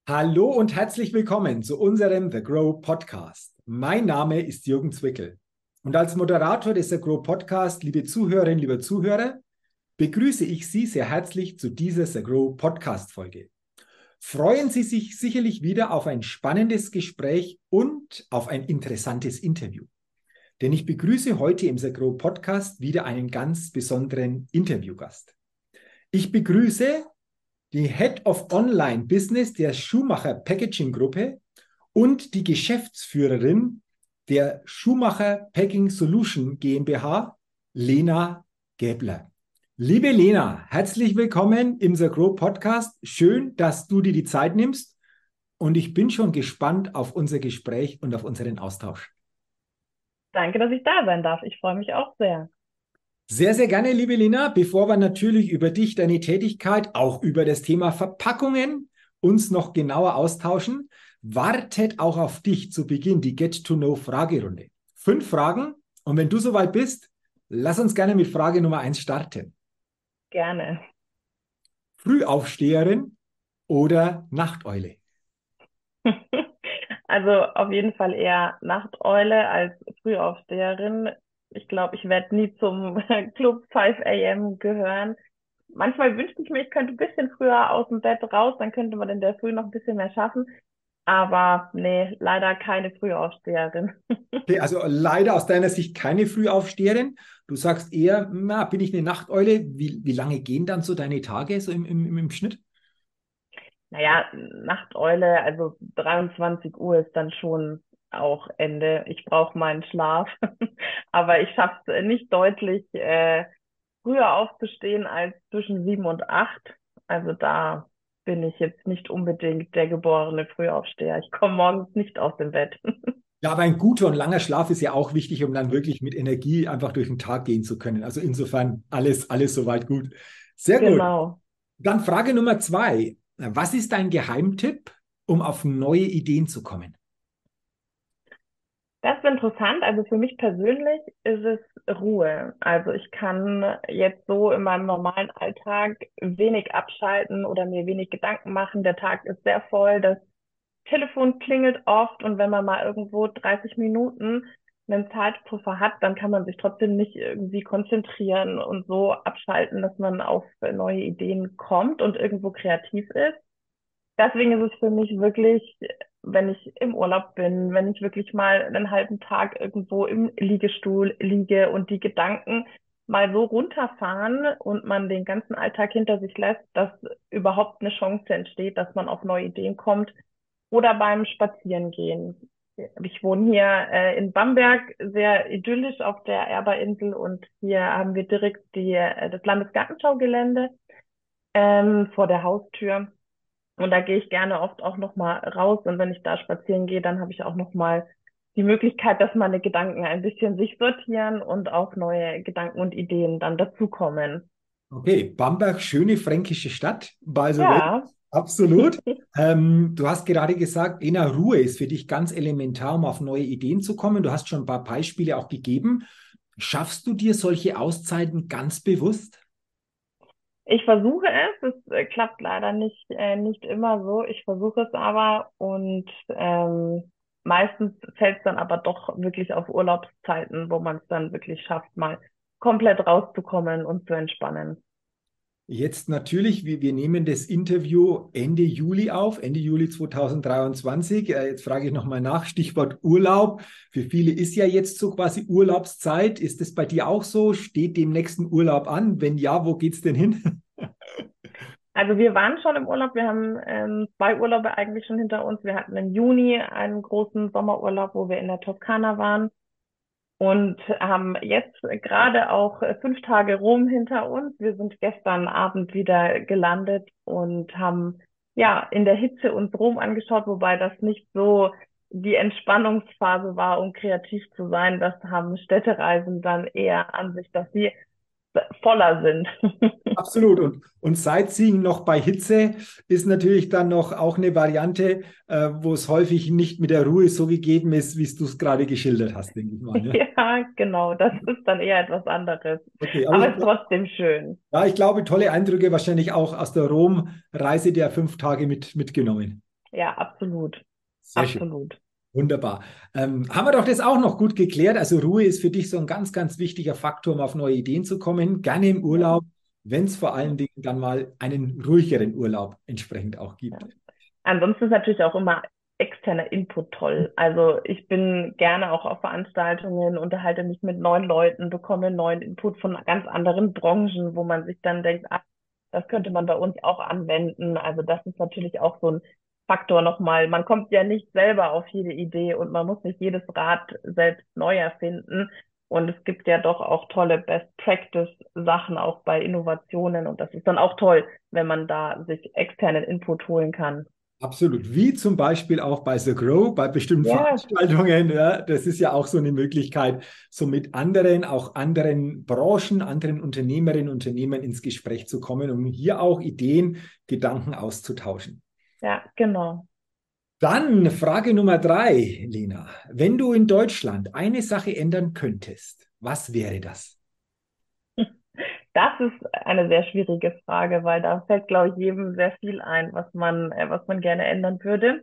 Hallo und herzlich willkommen zu unserem The Grow Podcast. Mein Name ist Jürgen Zwickel und als Moderator des The Grow Podcast, liebe Zuhörerinnen, lieber Zuhörer, begrüße ich Sie sehr herzlich zu dieser The Grow Podcast Folge. Freuen Sie sich sicherlich wieder auf ein spannendes Gespräch und auf ein interessantes Interview. Denn ich begrüße heute im The Grow Podcast wieder einen ganz besonderen Interviewgast. Ich begrüße die Head of Online Business der Schumacher Packaging Gruppe und die Geschäftsführerin der Schumacher Packing Solution GmbH, Lena Gäbler. Liebe Lena, herzlich willkommen im The Grow Podcast. Schön, dass du dir die Zeit nimmst und ich bin schon gespannt auf unser Gespräch und auf unseren Austausch. Danke, dass ich da sein darf. Ich freue mich auch sehr. Sehr, sehr gerne, liebe Lena. Bevor wir natürlich über dich, deine Tätigkeit, auch über das Thema Verpackungen uns noch genauer austauschen, wartet auch auf dich zu Beginn die Get-to-Know-Fragerunde. 5 Fragen und wenn du soweit bist, lass uns gerne mit Frage Nummer 1 starten. Gerne. Frühaufsteherin oder Nachteule? Also auf jeden Fall eher Nachteule als Frühaufsteherin. Ich glaube, ich werde nie zum Club 5 a.m. gehören. Manchmal wünschte ich mir, ich könnte ein bisschen früher aus dem Bett raus, dann könnte man in der Früh noch ein bisschen mehr schaffen. Aber nee, leider keine Frühaufsteherin. Okay, also leider aus deiner Sicht keine Frühaufsteherin. Du sagst eher, na, bin ich eine Nachteule? Wie lange gehen dann so deine Tage so im Schnitt? Naja, Nachteule, also 23 Uhr ist dann schon auch Ende. Ich brauche meinen Schlaf. Aber ich schaffe es nicht deutlich, früher aufzustehen als zwischen 7 und 8. Also da bin ich jetzt nicht unbedingt der geborene Frühaufsteher. Ich komme morgens nicht aus dem Bett. Ja, aber ein guter und langer Schlaf ist ja auch wichtig, um dann wirklich mit Energie einfach durch den Tag gehen zu können. Also insofern alles soweit gut. Sehr gut. Genau. Dann Frage Nummer 2. Was ist dein Geheimtipp, um auf neue Ideen zu kommen? Das ist interessant. Also für mich persönlich ist es Ruhe. Also ich kann jetzt so in meinem normalen Alltag wenig abschalten oder mir wenig Gedanken machen. Der Tag ist sehr voll. Das Telefon klingelt oft und wenn man mal irgendwo 30 Minuten einen Zeitpuffer hat, dann kann man sich trotzdem nicht irgendwie konzentrieren und so abschalten, dass man auf neue Ideen kommt und irgendwo kreativ ist. Deswegen ist es für mich wirklich, wenn ich im Urlaub bin, wenn ich wirklich mal einen halben Tag irgendwo im Liegestuhl liege und die Gedanken mal so runterfahren und man den ganzen Alltag hinter sich lässt, dass überhaupt eine Chance entsteht, dass man auf neue Ideen kommt oder beim Spazierengehen. Ich wohne hier in Bamberg, sehr idyllisch auf der Erberinsel und hier haben wir direkt das Landesgartenschaugelände vor der Haustür. Und da gehe ich gerne oft auch noch mal raus. Und wenn ich da spazieren gehe, dann habe ich auch noch mal die Möglichkeit, dass meine Gedanken ein bisschen sich sortieren und auch neue Gedanken und Ideen dann dazukommen. Okay, Bamberg, schöne fränkische Stadt, by the way. Ja, Absolut. Du hast gerade gesagt, Lena, Ruhe ist für dich ganz elementar, um auf neue Ideen zu kommen. Du hast schon ein paar Beispiele auch gegeben. Schaffst du dir solche Auszeiten ganz bewusst? ich versuche es. Es klappt leider nicht immer so. Ich versuche es aber und meistens fällt es dann aber doch wirklich auf Urlaubszeiten, wo man es dann wirklich schafft, mal komplett rauszukommen und zu entspannen. Jetzt natürlich, wir nehmen das Interview Ende Juli auf, Ende Juli 2023. Jetzt frage ich nochmal nach, Stichwort Urlaub. Für viele ist ja jetzt so quasi Urlaubszeit. Ist das bei dir auch so? Steht dem nächsten Urlaub an? Wenn ja, wo geht's denn hin? Also wir waren schon im Urlaub. Wir haben 2 Urlaube eigentlich schon hinter uns. Wir hatten im Juni einen großen Sommerurlaub, wo wir in der Toskana waren und haben jetzt gerade auch 5 Tage Rom hinter uns. Wir sind gestern Abend wieder gelandet und haben ja in der Hitze uns Rom angeschaut, wobei das nicht so die Entspannungsphase war, um kreativ zu sein. Das haben Städtereisen dann eher an sich, dass sie voller sind. Absolut. Und Sightseeing noch bei Hitze ist natürlich dann noch auch eine Variante, wo es häufig nicht mit der Ruhe so gegeben ist, wie du es gerade geschildert hast, denke ich mal. Ne? Ja, genau, das ist dann eher etwas anderes. Okay, aber Aber es ist trotzdem schön. ja, ich glaube, tolle Eindrücke wahrscheinlich auch aus der Rom-Reise der 5 Tage mitgenommen. Ja, absolut. Sehr schön. Absolut. Wunderbar. Haben wir doch das auch noch gut geklärt. Also Ruhe ist für dich so ein ganz, ganz wichtiger Faktor, um auf neue Ideen zu kommen. Gerne im Ja, Urlaub, wenn es vor allen Dingen dann mal einen ruhigeren Urlaub entsprechend auch ja. gibt. Ansonsten ist natürlich auch immer externer Input toll. Also ich bin gerne auch auf Veranstaltungen, unterhalte mich mit neuen Leuten, bekomme neuen Input von ganz anderen Branchen, wo man sich dann denkt, ach, das könnte man bei uns auch anwenden. Also das ist natürlich auch so ein Faktor nochmal. Man kommt ja nicht selber auf jede Idee und man muss nicht jedes Rad selbst neu erfinden. Und es gibt ja doch auch tolle Best Practice Sachen auch bei Innovationen. Und das ist dann auch toll, wenn man da sich externen Input holen kann. Absolut. Wie zum Beispiel auch bei The Grow, bei bestimmten Ja, Veranstaltungen. Ja, das ist ja auch so eine Möglichkeit, so mit anderen, auch anderen Branchen, anderen Unternehmerinnen und Unternehmern ins Gespräch zu kommen, um hier auch Ideen, Gedanken auszutauschen. ja, genau. Dann Frage Nummer 3, Lena. Wenn du in Deutschland eine Sache ändern könntest, was wäre das? Das ist eine sehr schwierige Frage, weil da fällt, glaube ich, jedem sehr viel ein, was man gerne ändern würde.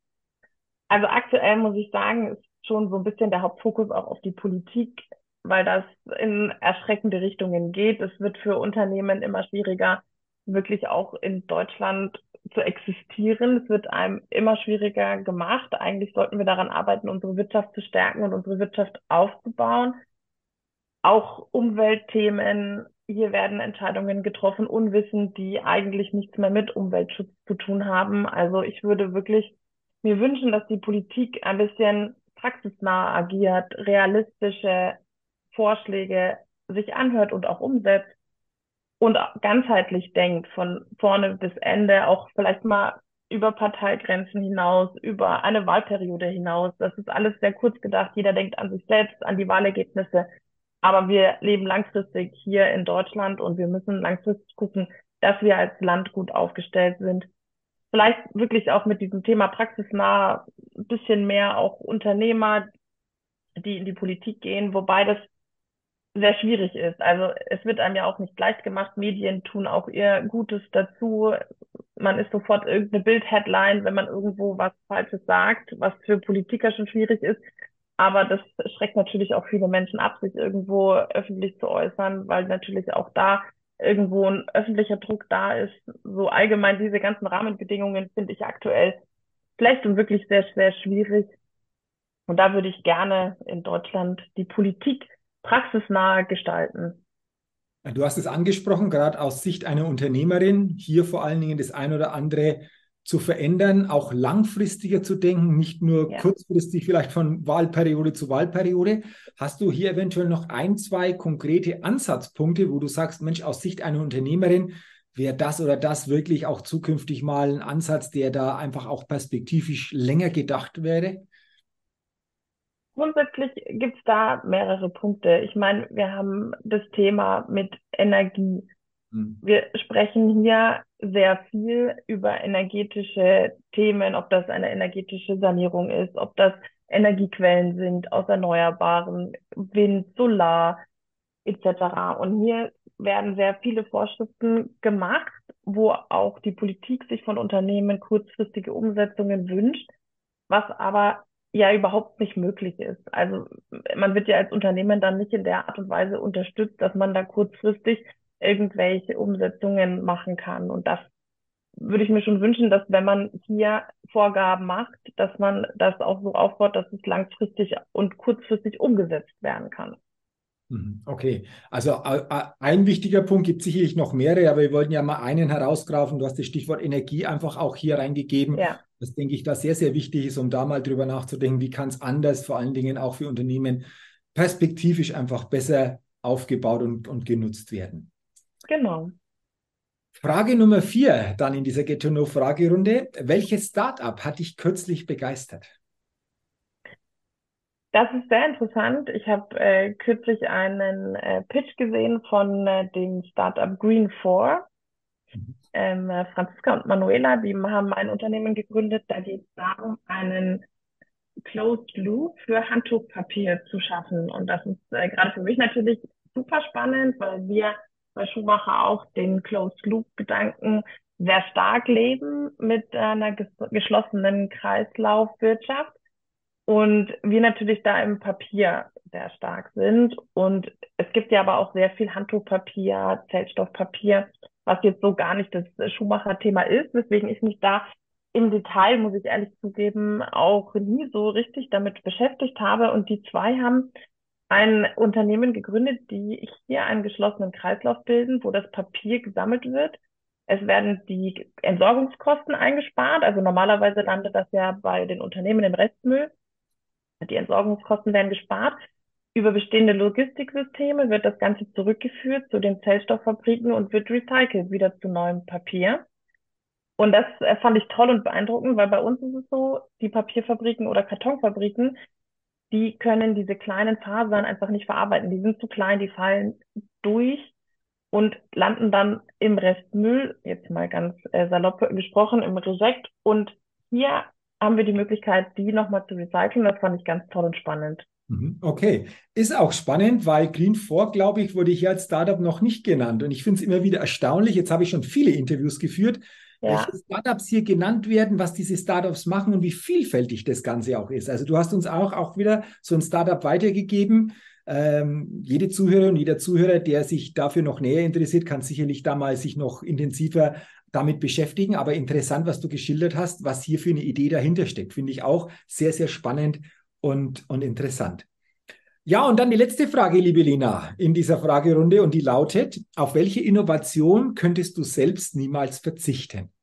Also aktuell muss ich sagen, ist schon so ein bisschen der Hauptfokus auch auf die Politik, weil das in erschreckende Richtungen geht. Es wird für Unternehmen immer schwieriger, wirklich auch in Deutschland zu existieren. Es wird einem immer schwieriger gemacht. Eigentlich sollten wir daran arbeiten, unsere Wirtschaft zu stärken und unsere Wirtschaft aufzubauen. Auch Umweltthemen, hier werden Entscheidungen getroffen, unwissend, die eigentlich nichts mehr mit Umweltschutz zu tun haben. Also ich würde wirklich mir wünschen, dass die Politik ein bisschen praxisnah agiert, realistische Vorschläge sich anhört und auch umsetzt und ganzheitlich denkt, von vorne bis Ende, auch vielleicht mal über Parteigrenzen hinaus, über eine Wahlperiode hinaus. Das ist alles sehr kurz gedacht. Jeder denkt an sich selbst, an die Wahlergebnisse. Aber wir leben langfristig hier in Deutschland und wir müssen langfristig gucken, dass wir als Land gut aufgestellt sind. Vielleicht wirklich auch mit diesem Thema praxisnah ein bisschen mehr auch Unternehmer, die in die Politik gehen, wobei das sehr schwierig ist. Also es wird einem ja auch nicht leicht gemacht. Medien tun auch ihr Gutes dazu. Man ist sofort irgendeine Bild-Headline, wenn man irgendwo was Falsches sagt, was für Politiker schon schwierig ist. Aber das schreckt natürlich auch viele Menschen ab, sich irgendwo öffentlich zu äußern, weil natürlich auch da irgendwo ein öffentlicher Druck da ist. So allgemein diese ganzen Rahmenbedingungen finde ich aktuell schlecht und wirklich sehr, sehr schwierig. Und da würde ich gerne in Deutschland die Politik praxisnah gestalten. Du hast es angesprochen, gerade aus Sicht einer Unternehmerin, hier vor allen Dingen das ein oder andere zu verändern, auch langfristiger zu denken, nicht nur Ja. kurzfristig vielleicht von Wahlperiode zu Wahlperiode. Hast du hier eventuell noch ein, zwei konkrete Ansatzpunkte, wo du sagst, Mensch, aus Sicht einer Unternehmerin wäre das oder das wirklich auch zukünftig mal ein Ansatz, der da einfach auch perspektivisch länger gedacht wäre? Grundsätzlich gibt es da mehrere Punkte. Ich meine, wir haben das Thema mit Energie. Hm. Wir sprechen hier sehr viel über energetische Themen, ob das eine energetische Sanierung ist, ob das Energiequellen sind aus Erneuerbaren, Wind, Solar etc. Und hier werden sehr viele Vorschriften gemacht, wo auch die Politik sich von Unternehmen kurzfristige Umsetzungen wünscht, was aber ja überhaupt nicht möglich ist. Also man wird ja als Unternehmen dann nicht in der Art und Weise unterstützt, dass man da kurzfristig irgendwelche Umsetzungen machen kann. Und das würde ich mir schon wünschen, dass wenn man hier Vorgaben macht, dass man das auch so aufbaut, dass es langfristig und kurzfristig umgesetzt werden kann. Mhm. Okay, also ein wichtiger Punkt, gibt sicherlich noch mehrere, aber wir wollten ja mal einen herausgraben. Du hast das Stichwort Energie einfach auch hier reingegeben. Ja, Das denke ich, da sehr, sehr wichtig ist, um da mal drüber nachzudenken, wie kann es anders, vor allen Dingen auch für Unternehmen, perspektivisch einfach besser aufgebaut und genutzt werden. genau. Frage Nummer 4, dann in dieser Get to Know-Fragerunde. Welches Startup hat dich kürzlich begeistert? Das ist sehr interessant. Ich habe kürzlich einen Pitch gesehen von dem Startup Green4. Mhm. Franziska und Manuela, die haben ein Unternehmen gegründet. Da geht es darum, einen Closed Loop für Handtuchpapier zu schaffen. Und das ist gerade für mich natürlich super spannend, weil wir bei Schumacher auch den Closed Loop Gedanken sehr stark leben mit einer geschlossenen Kreislaufwirtschaft und wir natürlich da im Papier sehr stark sind. Und es gibt ja aber auch sehr viel Handtuchpapier, Zellstoffpapier, was jetzt so gar nicht das Schuhmacher-Thema ist, weswegen ich mich da im Detail, muss ich ehrlich zugeben, auch nie so richtig damit beschäftigt habe. Und die zwei haben ein Unternehmen gegründet, die hier einen geschlossenen Kreislauf bilden, wo das Papier gesammelt wird. Es werden die Entsorgungskosten eingespart. Also normalerweise landet das ja bei den Unternehmen im Restmüll. Die Entsorgungskosten werden gespart. Über bestehende Logistiksysteme wird das Ganze zurückgeführt zu den Zellstofffabriken und wird recycelt wieder zu neuem Papier. Und das fand ich toll und beeindruckend, weil bei uns ist es so, die Papierfabriken oder Kartonfabriken, die können diese kleinen Fasern einfach nicht verarbeiten. Die sind zu klein, die fallen durch und landen dann im Restmüll, jetzt mal ganz salopp gesprochen, im Reject. Und hier haben wir die Möglichkeit, die nochmal zu recyceln. Das fand ich ganz toll und spannend. Okay, ist auch spannend, weil Green4, glaube ich, wurde hier als Startup noch nicht genannt. Und ich finde es immer wieder erstaunlich. Jetzt habe ich schon viele Interviews geführt, welche Ja, Startups hier genannt werden, was diese Startups machen und wie vielfältig das Ganze auch ist. Also du hast uns auch wieder so ein Startup weitergegeben. Jede Zuhörerin und jeder Zuhörer, der sich dafür noch näher interessiert, kann sicherlich da mal sich noch intensiver damit beschäftigen. Aber interessant, was du geschildert hast, was hier für eine Idee dahinter steckt, finde ich auch sehr, sehr spannend und interessant. Ja, und dann die letzte Frage, liebe Lena, in dieser Fragerunde und die lautet, auf welche Innovation könntest du selbst niemals verzichten?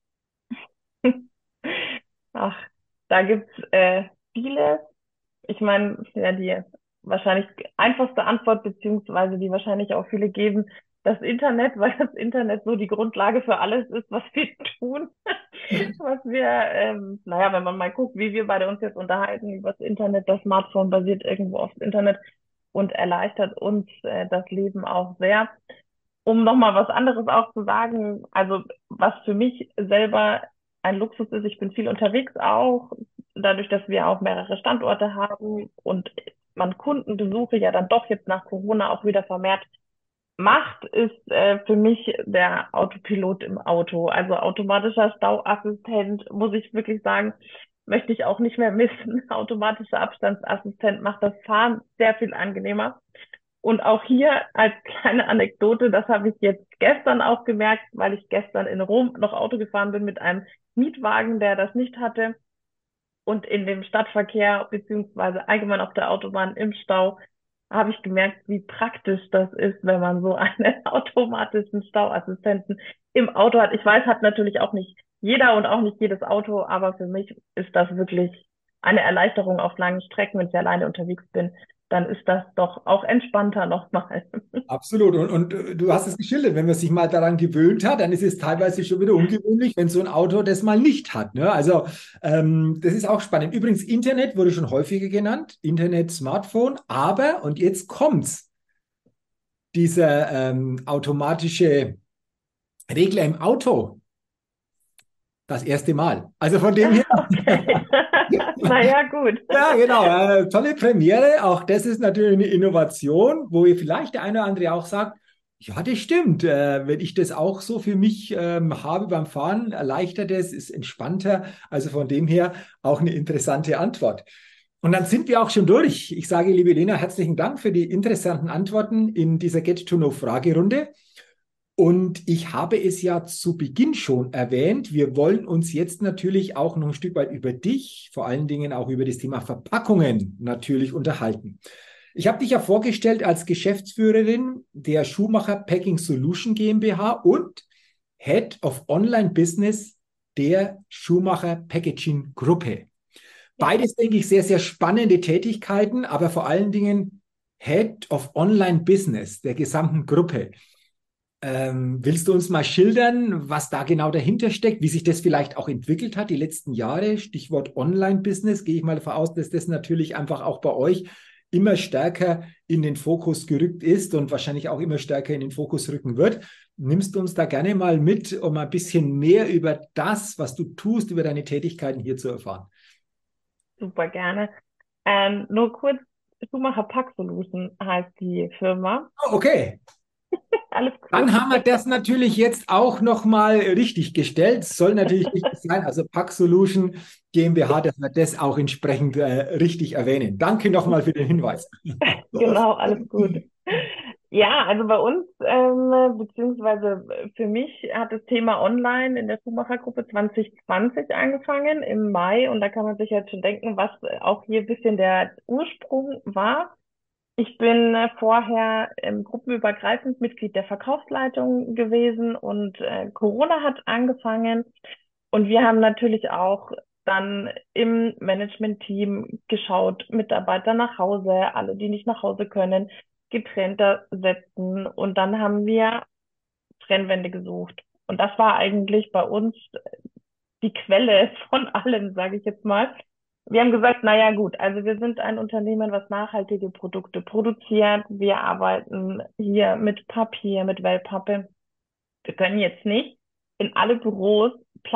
ach, da gibt's viele. Ich meine, ja, die wahrscheinlich einfachste Antwort, beziehungsweise die wahrscheinlich auch viele geben, das Internet, weil das Internet so die Grundlage für alles ist, was wir tun. Was wir, naja, wenn man mal guckt, wie wir beide uns jetzt unterhalten über das Internet, das Smartphone basiert irgendwo aufs Internet und erleichtert uns das Leben auch sehr. Um nochmal was anderes auch zu sagen, also was für mich selber ein Luxus ist, ich bin viel unterwegs auch, dadurch, dass wir auch mehrere Standorte haben und man Kundenbesuche ja dann doch jetzt nach Corona auch wieder vermehrt macht, ist für mich der Autopilot im Auto. Also automatischer Stauassistent, muss ich wirklich sagen, möchte ich auch nicht mehr missen. Automatischer Abstandsassistent macht das Fahren sehr viel angenehmer. Und auch hier als kleine Anekdote, das habe ich jetzt gestern auch gemerkt, weil ich gestern in Rom noch Auto gefahren bin mit einem Mietwagen, der das nicht hatte. Und in dem Stadtverkehr beziehungsweise allgemein auf der Autobahn im Stau habe ich gemerkt, wie praktisch das ist, wenn man so einen automatischen Stauassistenten im Auto hat. Ich weiß, hat natürlich auch nicht jeder und auch nicht jedes Auto, aber für mich ist das wirklich eine Erleichterung auf langen Strecken, wenn ich alleine unterwegs bin. Dann ist das doch auch entspannter nochmal. Absolut. Und du hast es geschildert, wenn man sich mal daran gewöhnt hat, dann ist es teilweise schon wieder ungewöhnlich, wenn so ein Auto das mal nicht hat. Ne? Also das ist auch spannend. Übrigens, Internet wurde schon häufiger genannt, Internet, Smartphone, aber, und jetzt kommt's, dieser automatische Regler im Auto, das erste Mal. Also von dem her. Okay. Naja, gut. Ja, genau. Tolle Premiere. Auch das ist natürlich eine Innovation, wo ihr vielleicht der eine oder andere auch sagt, ja, das stimmt. Wenn ich das auch so für mich habe beim Fahren, erleichtert es, ist entspannter. Also von dem her auch eine interessante Antwort. Und dann sind wir auch schon durch. Ich sage, liebe Lena, herzlichen Dank für die interessanten Antworten in dieser Get-to-Know-Fragerunde. Und ich habe es ja zu Beginn schon erwähnt, wir wollen uns jetzt natürlich auch noch ein Stück weit über dich, vor allen Dingen auch über das Thema Verpackungen natürlich unterhalten. Ich habe dich ja vorgestellt als Geschäftsführerin der Schuhmacher Packing Solution GmbH und Head of Online Business der Schuhmacher Packaging Gruppe. Ja. Beides, denke ich, sehr, sehr spannende Tätigkeiten, aber vor allen Dingen Head of Online Business der gesamten Gruppe. Willst du uns mal schildern, was da genau dahinter steckt, wie sich das vielleicht auch entwickelt hat die letzten Jahre? Stichwort Online-Business, gehe ich mal davon aus, dass das natürlich einfach auch bei euch immer stärker in den Fokus gerückt ist und wahrscheinlich auch immer stärker in den Fokus rücken wird. Nimmst du uns da gerne mal mit, um ein bisschen mehr über das, was du tust, über deine Tätigkeiten hier zu erfahren? Super gerne. Nur kurz, Schumacher Pack Solution heißt die Firma. Oh, okay. Alles Dann gut. haben wir das natürlich jetzt auch nochmal richtig gestellt. Soll natürlich richtig sein. Also Pack Solution GmbH, dass wir das auch entsprechend richtig erwähnen. Danke nochmal für den Hinweis. Genau, alles gut. Ja, also bei uns, beziehungsweise für mich hat das Thema Online in der Schuhmachergruppe 2020 angefangen im Mai und da kann man sich jetzt schon denken, was auch hier ein bisschen der Ursprung war. Ich bin vorher gruppenübergreifend Mitglied der Verkaufsleitung gewesen und Corona hat angefangen und wir haben natürlich auch dann im Management-Team geschaut, Mitarbeiter nach Hause, alle, die nicht nach Hause können, getrennter setzen und dann haben wir Trennwände gesucht. Und das war eigentlich bei uns die Quelle von allem, sage ich jetzt mal. Wir haben gesagt, naja gut, also wir sind ein Unternehmen, was nachhaltige Produkte produziert. Wir arbeiten hier mit Papier, mit Wellpappe. Wir können jetzt nicht in alle Büros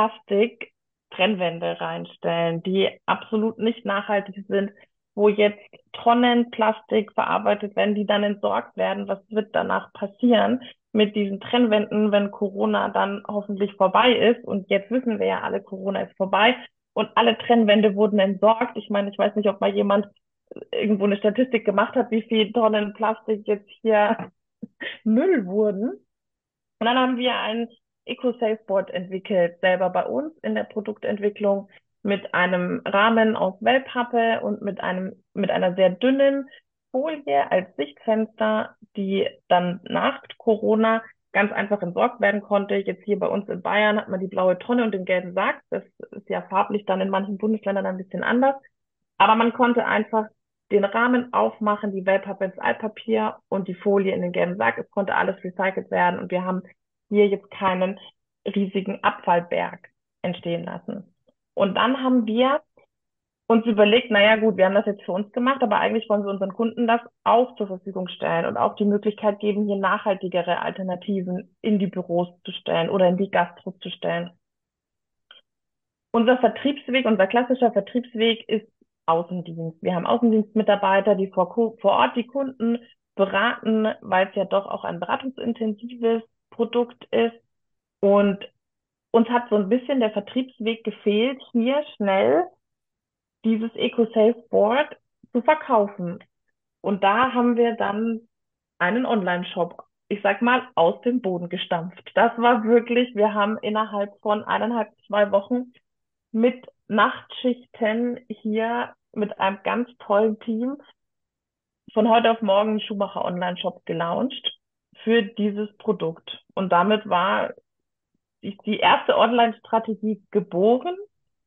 Plastik-Trennwände reinstellen, die absolut nicht nachhaltig sind, wo jetzt Tonnen Plastik verarbeitet werden, die dann entsorgt werden. Was wird danach passieren mit diesen Trennwänden, wenn Corona dann hoffentlich vorbei ist? Und jetzt wissen wir ja alle, Corona ist vorbei und alle Trennwände wurden entsorgt. Ich meine, ich weiß nicht, ob mal jemand irgendwo eine Statistik gemacht hat, wie viel Tonnen Plastik jetzt hier Müll wurden. Und dann haben wir ein EcoSafe Board entwickelt, selber bei uns in der Produktentwicklung mit einem Rahmen aus Wellpappe und mit einer sehr dünnen Folie als Sichtfenster, die dann nach Corona ganz einfach entsorgt werden konnte. Jetzt hier bei uns in Bayern hat man die blaue Tonne und den gelben Sack. Das ist ja farblich dann in manchen Bundesländern ein bisschen anders. Aber man konnte einfach den Rahmen aufmachen, die Wellpappe ins Altpapier und die Folie in den gelben Sack. Es konnte alles recycelt werden und wir haben hier jetzt keinen riesigen Abfallberg entstehen lassen. Und dann haben wir uns überlegt, naja gut, wir haben das jetzt für uns gemacht, aber eigentlich wollen wir unseren Kunden das auch zur Verfügung stellen und auch die Möglichkeit geben, hier nachhaltigere Alternativen in die Büros zu stellen oder in die Gastros zu stellen. Unser Vertriebsweg, unser klassischer Vertriebsweg ist Außendienst. Wir haben Außendienstmitarbeiter, die vor Ort die Kunden beraten, weil es ja doch auch ein beratungsintensives Produkt ist. Und uns hat so ein bisschen der Vertriebsweg gefehlt, hier schnell dieses EcoSafe Board zu verkaufen. Und da haben wir dann einen Online-Shop, ich sag mal, aus dem Boden gestampft. Das war wirklich, wir haben innerhalb von 1,5, 2 Wochen mit Nachtschichten hier mit einem ganz tollen Team von heute auf morgen einen Schuhmacher Online-Shop gelauncht für dieses Produkt. Und damit war die erste Online-Strategie geboren.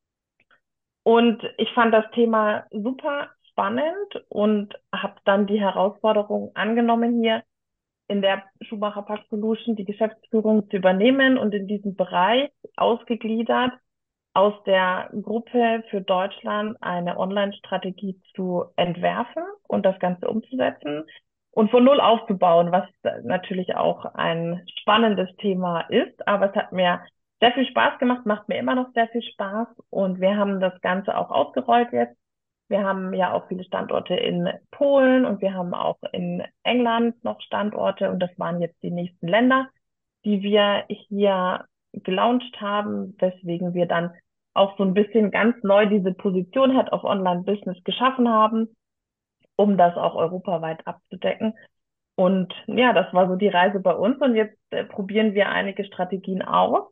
Und ich fand das Thema super spannend und habe dann die Herausforderung angenommen, hier in der Schuhmacher Pack Solution die Geschäftsführung zu übernehmen und in diesem Bereich ausgegliedert aus der Gruppe für Deutschland eine Online-Strategie zu entwerfen und das Ganze umzusetzen und von null aufzubauen, was natürlich auch ein spannendes Thema ist. Aber es hat mir sehr viel Spaß gemacht, macht mir immer noch sehr viel Spaß und wir haben das Ganze auch ausgerollt jetzt. Wir haben ja auch viele Standorte in Polen und wir haben auch in England noch Standorte und das waren jetzt die nächsten Länder, die wir hier gelauncht haben, weswegen wir dann auch so ein bisschen ganz neu diese Position Head of Online Business geschaffen haben, um das auch europaweit abzudecken. Und ja, das war so die Reise bei uns und jetzt probieren wir einige Strategien aus.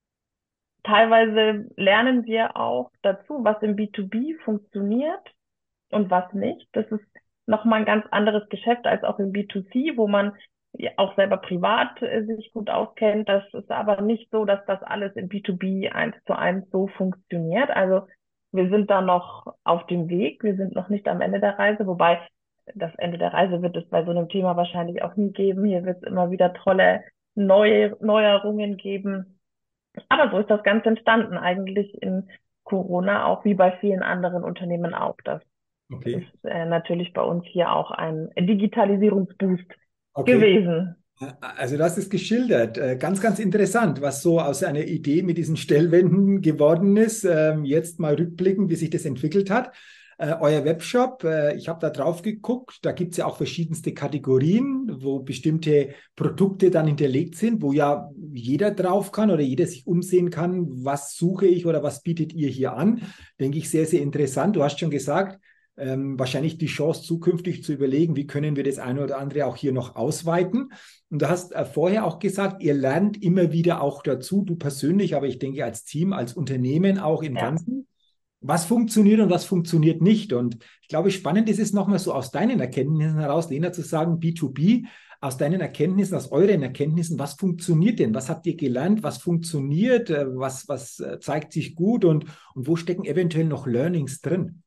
Teilweise lernen wir auch dazu, was im B2B funktioniert und was nicht. Das ist nochmal ein ganz anderes Geschäft als auch im B2C, wo man ja auch selber privat sich gut auskennt. Das ist aber nicht so, dass das alles im B2B 1:1 so funktioniert. Also wir sind da noch auf dem Weg. Wir sind noch nicht am Ende der Reise, wobei das Ende der Reise wird es bei so einem Thema wahrscheinlich auch nie geben. Hier wird es immer wieder tolle Neuerungen geben. Aber so ist das Ganze entstanden, eigentlich in Corona, auch wie bei vielen anderen Unternehmen auch. Das Okay, ist natürlich bei uns hier auch ein Digitalisierungsboost okay. gewesen. Also das ist geschildert. Ganz, ganz interessant, was so aus einer Idee mit diesen Stellwänden geworden ist. Jetzt mal rückblickend, wie sich das entwickelt hat. euer Webshop, ich habe da drauf geguckt, da gibt es ja auch verschiedenste Kategorien, wo bestimmte Produkte dann hinterlegt sind, wo ja jeder drauf kann oder jeder sich umsehen kann, was suche ich oder was bietet ihr hier an. Denke ich sehr, sehr interessant. Du hast schon gesagt, wahrscheinlich die Chance zukünftig zu überlegen, wie können wir das eine oder andere auch hier noch ausweiten. Und du hast vorher auch gesagt, ihr lernt immer wieder auch dazu, du persönlich, aber ich denke als Team, als Unternehmen auch im Ja. Ganzen, was funktioniert und was funktioniert nicht. Und ich glaube, spannend ist es nochmal so aus deinen Erkenntnissen heraus, Lena, zu sagen, B2B, aus deinen Erkenntnissen, aus euren Erkenntnissen, was funktioniert denn? Was habt ihr gelernt? Was funktioniert? Was zeigt sich gut? Und wo stecken eventuell noch Learnings drin?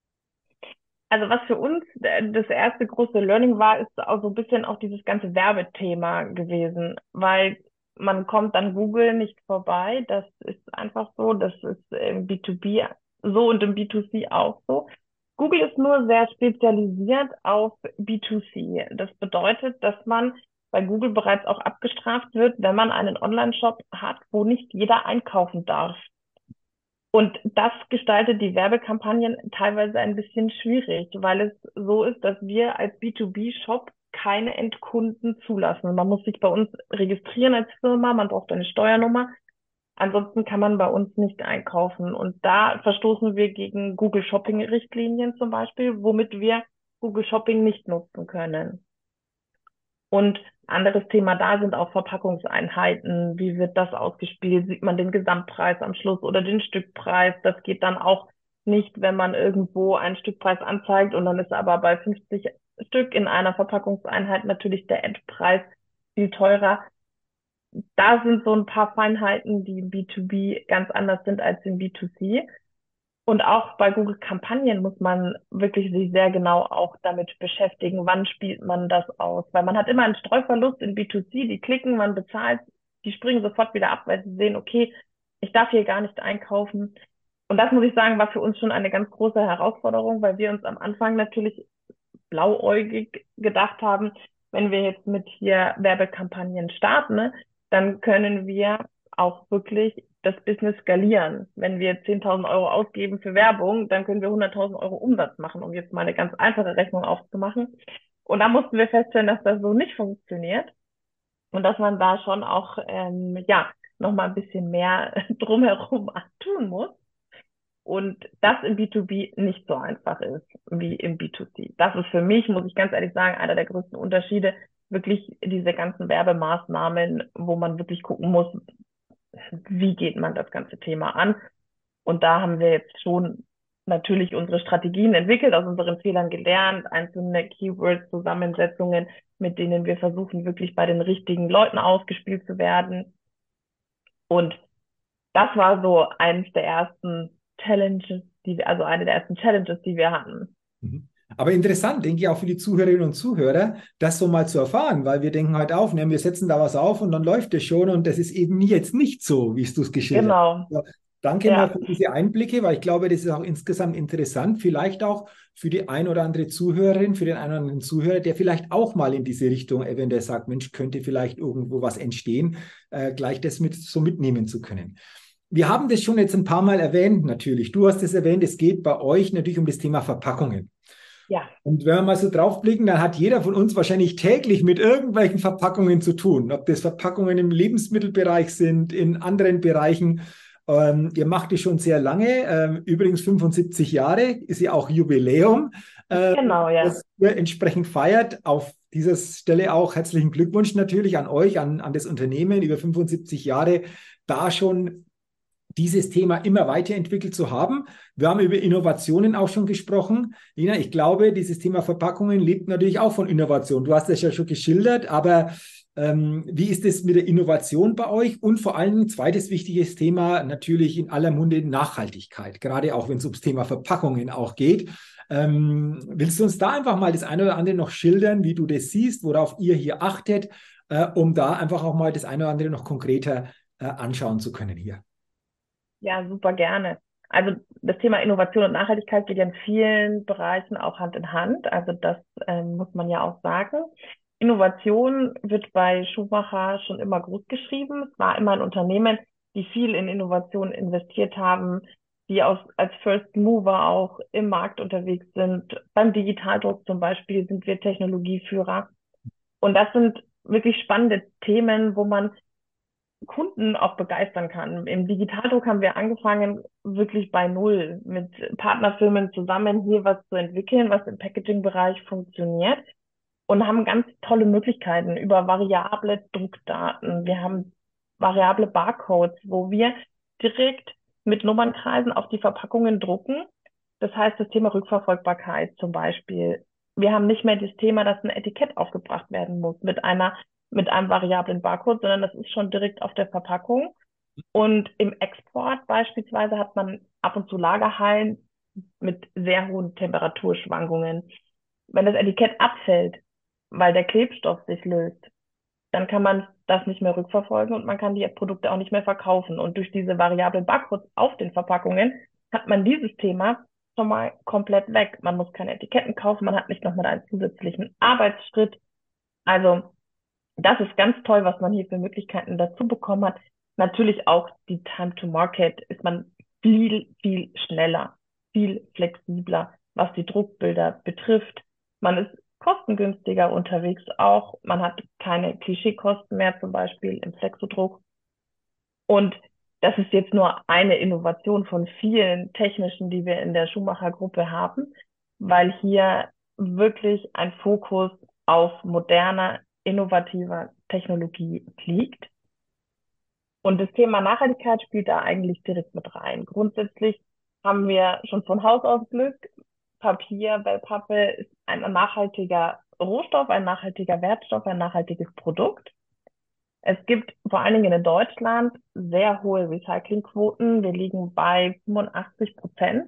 Also was für uns das erste große Learning war, ist auch so ein bisschen auch dieses ganze Werbethema gewesen, weil man kommt an Google nicht vorbei. Das ist einfach so. Das ist im B2B so und im B2C auch so. Google ist nur sehr spezialisiert auf B2C. Das bedeutet, dass man bei Google bereits auch abgestraft wird, wenn man einen Online-Shop hat, wo nicht jeder einkaufen darf. Und das gestaltet die Werbekampagnen teilweise ein bisschen schwierig, weil es so ist, dass wir als B2B-Shop keine Endkunden zulassen. Man muss sich bei uns registrieren als Firma, man braucht eine Steuernummer. Ansonsten kann man bei uns nicht einkaufen. Und da verstoßen wir gegen Google Shopping-Richtlinien zum Beispiel, womit wir Google Shopping nicht nutzen können. Und anderes Thema da sind auch Verpackungseinheiten. Wie wird das ausgespielt? Sieht man den Gesamtpreis am Schluss oder den Stückpreis? Das geht dann auch nicht, wenn man irgendwo einen Stückpreis anzeigt und dann ist aber bei 50 Stück in einer Verpackungseinheit natürlich der Endpreis viel teurer. Da sind so ein paar Feinheiten, die im B2B ganz anders sind als im B2C. Und auch bei Google Kampagnen muss man wirklich sich sehr genau auch damit beschäftigen, wann spielt man das aus. Weil man hat immer einen Streuverlust in B2C, die klicken, man bezahlt, die springen sofort wieder ab, weil sie sehen, okay, ich darf hier gar nicht einkaufen. Und das muss ich sagen, war für uns schon eine ganz große Herausforderung, weil wir uns am Anfang natürlich blauäugig gedacht haben, wenn wir jetzt mit hier Werbekampagnen starten, ne, dann können wir auch wirklich das Business skalieren. Wenn wir 10.000 Euro ausgeben für Werbung, dann können wir 100.000 Euro Umsatz machen, um jetzt mal eine ganz einfache Rechnung aufzumachen. Und da mussten wir feststellen, dass das so nicht funktioniert und dass man da schon auch ja noch mal ein bisschen mehr drumherum tun muss. Und das im B2B nicht so einfach ist wie im B2C. Das ist für mich, muss ich ganz ehrlich sagen, einer der größten Unterschiede. Wirklich diese ganzen Werbemaßnahmen, wo man wirklich gucken muss, wie geht man das ganze Thema an. Und da haben wir jetzt schon natürlich unsere Strategien entwickelt, aus unseren Fehlern gelernt, einzelne Keyword-Zusammensetzungen, mit denen wir versuchen, wirklich bei den richtigen Leuten ausgespielt zu werden. Und das war so eines der ersten Challenges, also eine der ersten Challenges, die wir hatten. Mhm. Aber interessant, denke ich, auch für die Zuhörerinnen und Zuhörer, das so mal zu erfahren, weil wir denken halt auf, ne, wir setzen da was auf und dann läuft es schon und das ist eben jetzt nicht so, wie du es geschildert Genau, hast. Ja, danke mal ja, für diese Einblicke, weil ich glaube, das ist auch insgesamt interessant, vielleicht auch für die ein oder andere Zuhörerin, für den einen oder anderen Zuhörer, der vielleicht auch mal in diese Richtung eventuell sagt, Mensch, könnte vielleicht irgendwo was entstehen, gleich das mit so mitnehmen zu können. Wir haben das schon jetzt ein paar Mal erwähnt, natürlich. Du hast es erwähnt, es geht bei euch natürlich um das Thema Verpackungen. ja, Und wenn wir mal so draufblicken, dann hat jeder von uns wahrscheinlich täglich mit irgendwelchen Verpackungen zu tun. Ob das Verpackungen im Lebensmittelbereich sind, in anderen Bereichen. Ihr macht es schon sehr lange. Übrigens 75 Jahre ist ja auch Jubiläum, genau, ja. das ihr entsprechend feiert. Auf dieser Stelle auch herzlichen Glückwunsch natürlich an euch, an das Unternehmen, über 75 Jahre da schon dieses Thema immer weiterentwickelt zu haben. Wir haben über Innovationen auch schon gesprochen. Lina, ich glaube, dieses Thema Verpackungen lebt natürlich auch von Innovation. Du hast das ja schon geschildert, aber wie ist es mit der Innovation bei euch? Und vor allem ein zweites wichtiges Thema, natürlich in aller Munde Nachhaltigkeit, gerade auch wenn es ums Thema Verpackungen auch geht. Willst du uns da einfach mal das eine oder andere noch schildern, wie du das siehst, worauf ihr hier achtet, um da einfach auch mal das eine oder andere noch konkreter anschauen zu können hier? Ja, super gerne. Also das Thema Innovation und Nachhaltigkeit geht ja in vielen Bereichen auch Hand in Hand. Also das muss man ja auch sagen. Innovation wird bei Schumacher schon immer groß geschrieben. Es war immer ein Unternehmen, die viel in Innovation investiert haben, die als First Mover auch im Markt unterwegs sind. Beim Digitaldruck zum Beispiel sind wir Technologieführer. Und das sind wirklich spannende Themen, wo man Kunden auch begeistern kann. Im Digitaldruck haben wir angefangen, wirklich bei Null mit Partnerfirmen zusammen hier was zu entwickeln, was im Packaging-Bereich funktioniert und haben ganz tolle Möglichkeiten über variable Druckdaten. Wir haben variable Barcodes, wo wir direkt mit Nummernkreisen auf die Verpackungen drucken. Das heißt, das Thema Rückverfolgbarkeit zum Beispiel. Wir haben nicht mehr das Thema, dass ein Etikett aufgebracht werden muss mit einem variablen Barcode, sondern das ist schon direkt auf der Verpackung. Und im Export beispielsweise hat man ab und zu Lagerhallen mit sehr hohen Temperaturschwankungen. Wenn das Etikett abfällt, weil der Klebstoff sich löst, dann kann man das nicht mehr rückverfolgen und man kann die Produkte auch nicht mehr verkaufen. Und durch diese variablen Barcodes auf den Verpackungen hat man dieses Thema schon mal komplett weg. Man muss keine Etiketten kaufen, man hat nicht nochmal einen zusätzlichen Arbeitsschritt. Also das ist ganz toll, was man hier für Möglichkeiten dazu bekommen hat. Natürlich auch die Time to Market ist man viel, viel schneller, viel flexibler, was die Druckbilder betrifft. Man ist kostengünstiger unterwegs auch. Man hat keine Klischeekosten mehr, zum Beispiel im Flexodruck. Und das ist jetzt nur eine Innovation von vielen technischen, die wir in der Schuhmacher-Gruppe haben, weil hier wirklich ein Fokus auf moderner, innovativer Technologie liegt. Und das Thema Nachhaltigkeit spielt da eigentlich direkt mit rein. Grundsätzlich haben wir schon von Haus aus Glück. Papier, Wellpappe ist ein nachhaltiger Rohstoff, ein nachhaltiger Wertstoff, ein nachhaltiges Produkt. Es gibt vor allen Dingen in Deutschland sehr hohe Recyclingquoten. Wir liegen bei 85%.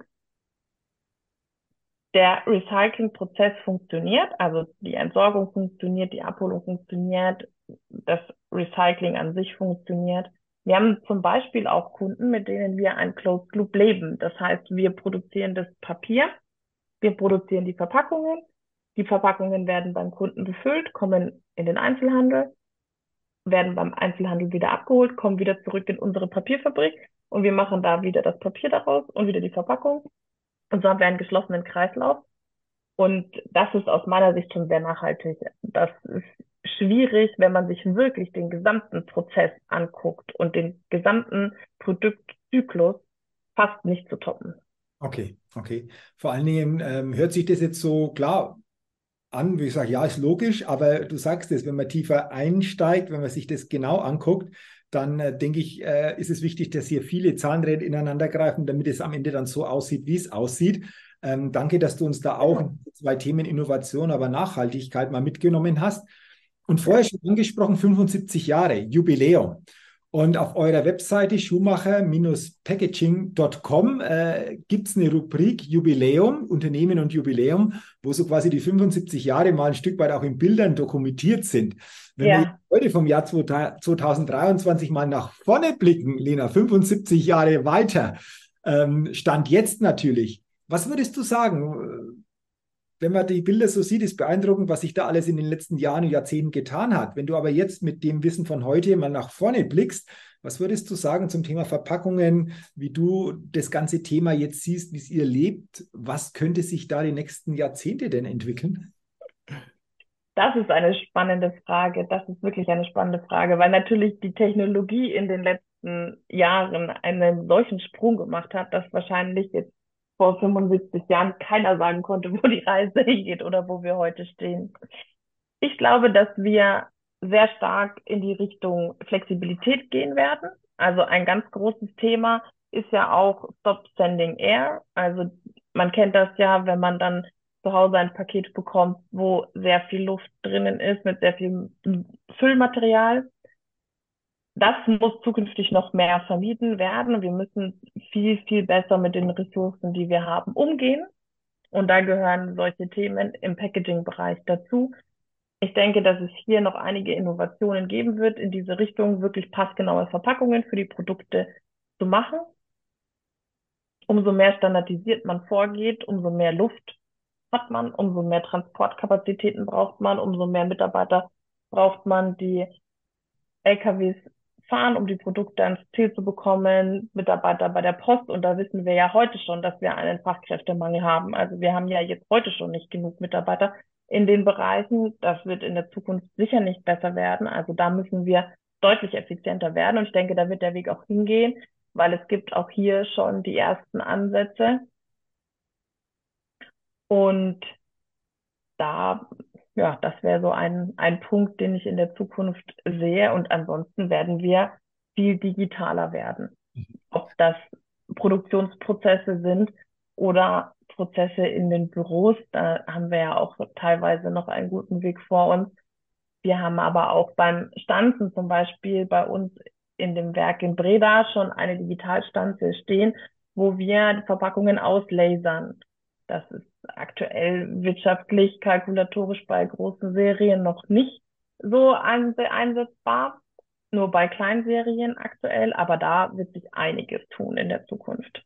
Der Recyclingprozess funktioniert, also die Entsorgung funktioniert, die Abholung funktioniert, das Recycling an sich funktioniert. Wir haben zum Beispiel auch Kunden, mit denen wir ein Closed Loop leben. Das heißt, wir produzieren das Papier, wir produzieren die Verpackungen werden beim Kunden befüllt, kommen in den Einzelhandel, werden beim Einzelhandel wieder abgeholt, kommen wieder zurück in unsere Papierfabrik und wir machen da wieder das Papier daraus und wieder die Verpackung. Und so haben wir einen geschlossenen Kreislauf. Und das ist aus meiner Sicht schon sehr nachhaltig. Das ist schwierig, wenn man sich wirklich den gesamten Prozess anguckt und den gesamten Produktzyklus fast nicht zu toppen. Okay, okay. Vor allen Dingen hört sich das jetzt so klar an, wie ich sage, ja, ist logisch, aber du sagst es, wenn man tiefer einsteigt, wenn man sich das genau anguckt, dann denke ich, ist es wichtig, dass hier viele Zahnräder ineinander greifen, damit es am Ende dann so aussieht, wie es aussieht. Danke, dass du uns da auch Genau. zwei Themen Innovation, aber Nachhaltigkeit mal mitgenommen hast. Und vorher schon angesprochen, 75 Jahre, Jubiläum. Und auf eurer Webseite schumacher-packaging.com gibt es eine Rubrik Jubiläum, Unternehmen und Jubiläum, wo so quasi die 75 Jahre mal ein Stück weit auch in Bildern dokumentiert sind. Wenn wir Ja, heute vom Jahr 2023 mal nach vorne blicken, Lena, 75 Jahre weiter, Stand jetzt natürlich. Was würdest du sagen? Wenn man die Bilder so sieht, ist beeindruckend, was sich da alles in den letzten Jahren und Jahrzehnten getan hat. Wenn du aber jetzt mit dem Wissen von heute mal nach vorne blickst, was würdest du sagen zum Thema Verpackungen, wie du das ganze Thema jetzt siehst, wie es ihr lebt? Was könnte sich da die nächsten Jahrzehnte denn entwickeln? das ist eine spannende Frage. Das ist wirklich eine spannende Frage, weil natürlich die Technologie in den letzten Jahren einen solchen Sprung gemacht hat, dass wahrscheinlich jetzt vor 75 Jahren keiner sagen konnte, wo die Reise hingeht oder wo wir heute stehen. Ich glaube, dass wir sehr stark in die Richtung Flexibilität gehen werden. Also ein ganz großes Thema ist ja auch Stop Sending Air. Also man kennt das ja, wenn man dann zu Hause ein Paket bekommt, wo sehr viel Luft drinnen ist, mit sehr viel Füllmaterial. Das muss zukünftig noch mehr vermieden werden. Wir müssen viel, viel besser mit den Ressourcen, die wir haben, umgehen. Und da gehören solche Themen im Packaging-Bereich dazu. Ich denke, dass es hier noch einige Innovationen geben wird, in diese Richtung wirklich passgenaue Verpackungen für die Produkte zu machen. Umso mehr standardisiert man vorgeht, umso mehr Luft hat man, umso mehr Transportkapazitäten braucht man, umso mehr Mitarbeiter braucht man, die LKWs fahren, um die Produkte ans Ziel zu bekommen, Mitarbeiter bei der Post. Und da wissen wir ja heute schon, dass wir einen Fachkräftemangel haben. Also wir haben ja jetzt heute schon nicht genug Mitarbeiter in den Bereichen. Das wird in der Zukunft sicher nicht besser werden. Also da müssen wir deutlich effizienter werden. Und ich denke, da wird der Weg auch hingehen, weil es gibt auch hier schon die ersten Ansätze. Und da, ja, das wäre so ein Punkt, den ich in der Zukunft sehe. Und ansonsten werden wir viel digitaler werden. Ob das Produktionsprozesse sind oder Prozesse in den Büros, da haben wir ja auch teilweise noch einen guten Weg vor uns. Wir haben aber auch beim Stanzen zum Beispiel bei uns in dem Werk in Breda schon eine Digitalstanze stehen, wo wir die Verpackungen auslasern. Das ist aktuell wirtschaftlich, kalkulatorisch bei großen Serien noch nicht so einsetzbar, nur bei Kleinserien aktuell, aber da wird sich einiges tun in der Zukunft.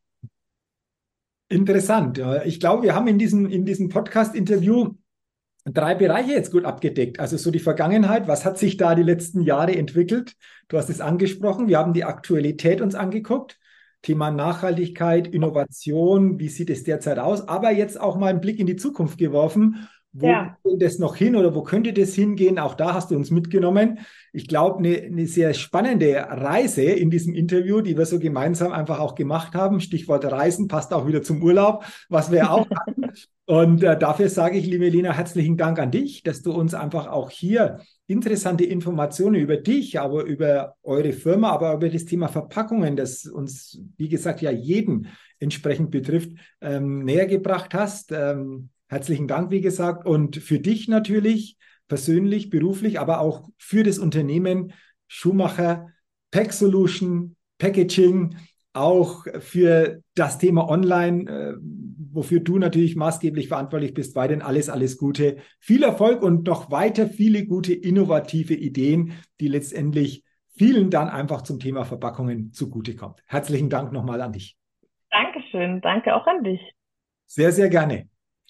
Interessant. Ja. Ich glaube, wir haben in diesem Podcast-Interview 3 Bereiche jetzt gut abgedeckt. Also so die Vergangenheit, was hat sich da die letzten Jahre entwickelt? Du hast es angesprochen. Wir haben die Aktualität uns angeguckt. Thema Nachhaltigkeit, Innovation, wie sieht es derzeit aus? Aber jetzt auch mal einen Blick in die Zukunft geworfen. Wo Ja, geht das noch hin oder wo könnte das hingehen? Auch da hast du uns mitgenommen. Ich glaube, eine sehr spannende Reise in diesem Interview, die wir so gemeinsam einfach auch gemacht haben. Stichwort Reisen passt auch wieder zum Urlaub, was wir auch hatten. Und dafür sage ich, liebe Lena, herzlichen Dank an dich, dass du uns einfach auch hier interessante Informationen über dich, aber über eure Firma, aber über das Thema Verpackungen, das uns, wie gesagt, ja jeden entsprechend betrifft, näher gebracht hast. Herzlichen Dank, wie gesagt. Und für dich natürlich persönlich, beruflich, aber auch für das Unternehmen Schuhmacher, Pack Solution, Packaging, auch für das Thema Online, wofür du natürlich maßgeblich verantwortlich bist, weiterhin alles Gute. Viel Erfolg und noch weiter viele gute, innovative Ideen, die letztendlich vielen dann einfach zum Thema Verpackungen zugutekommt. Herzlichen Dank nochmal an dich. Dankeschön. Danke auch an dich. Sehr, sehr gerne.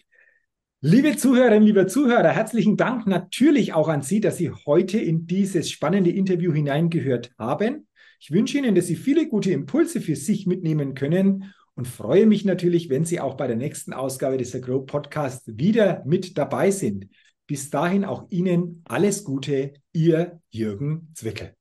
Liebe Zuhörerinnen, lieber Zuhörer, herzlichen Dank natürlich auch an Sie, dass Sie heute in dieses spannende Interview hineingehört haben. Ich wünsche Ihnen, dass Sie viele gute Impulse für sich mitnehmen können und freue mich natürlich, wenn Sie auch bei der nächsten Ausgabe des Grow Podcasts wieder mit dabei sind. Bis dahin auch Ihnen alles Gute, Ihr Jürgen Zwickel.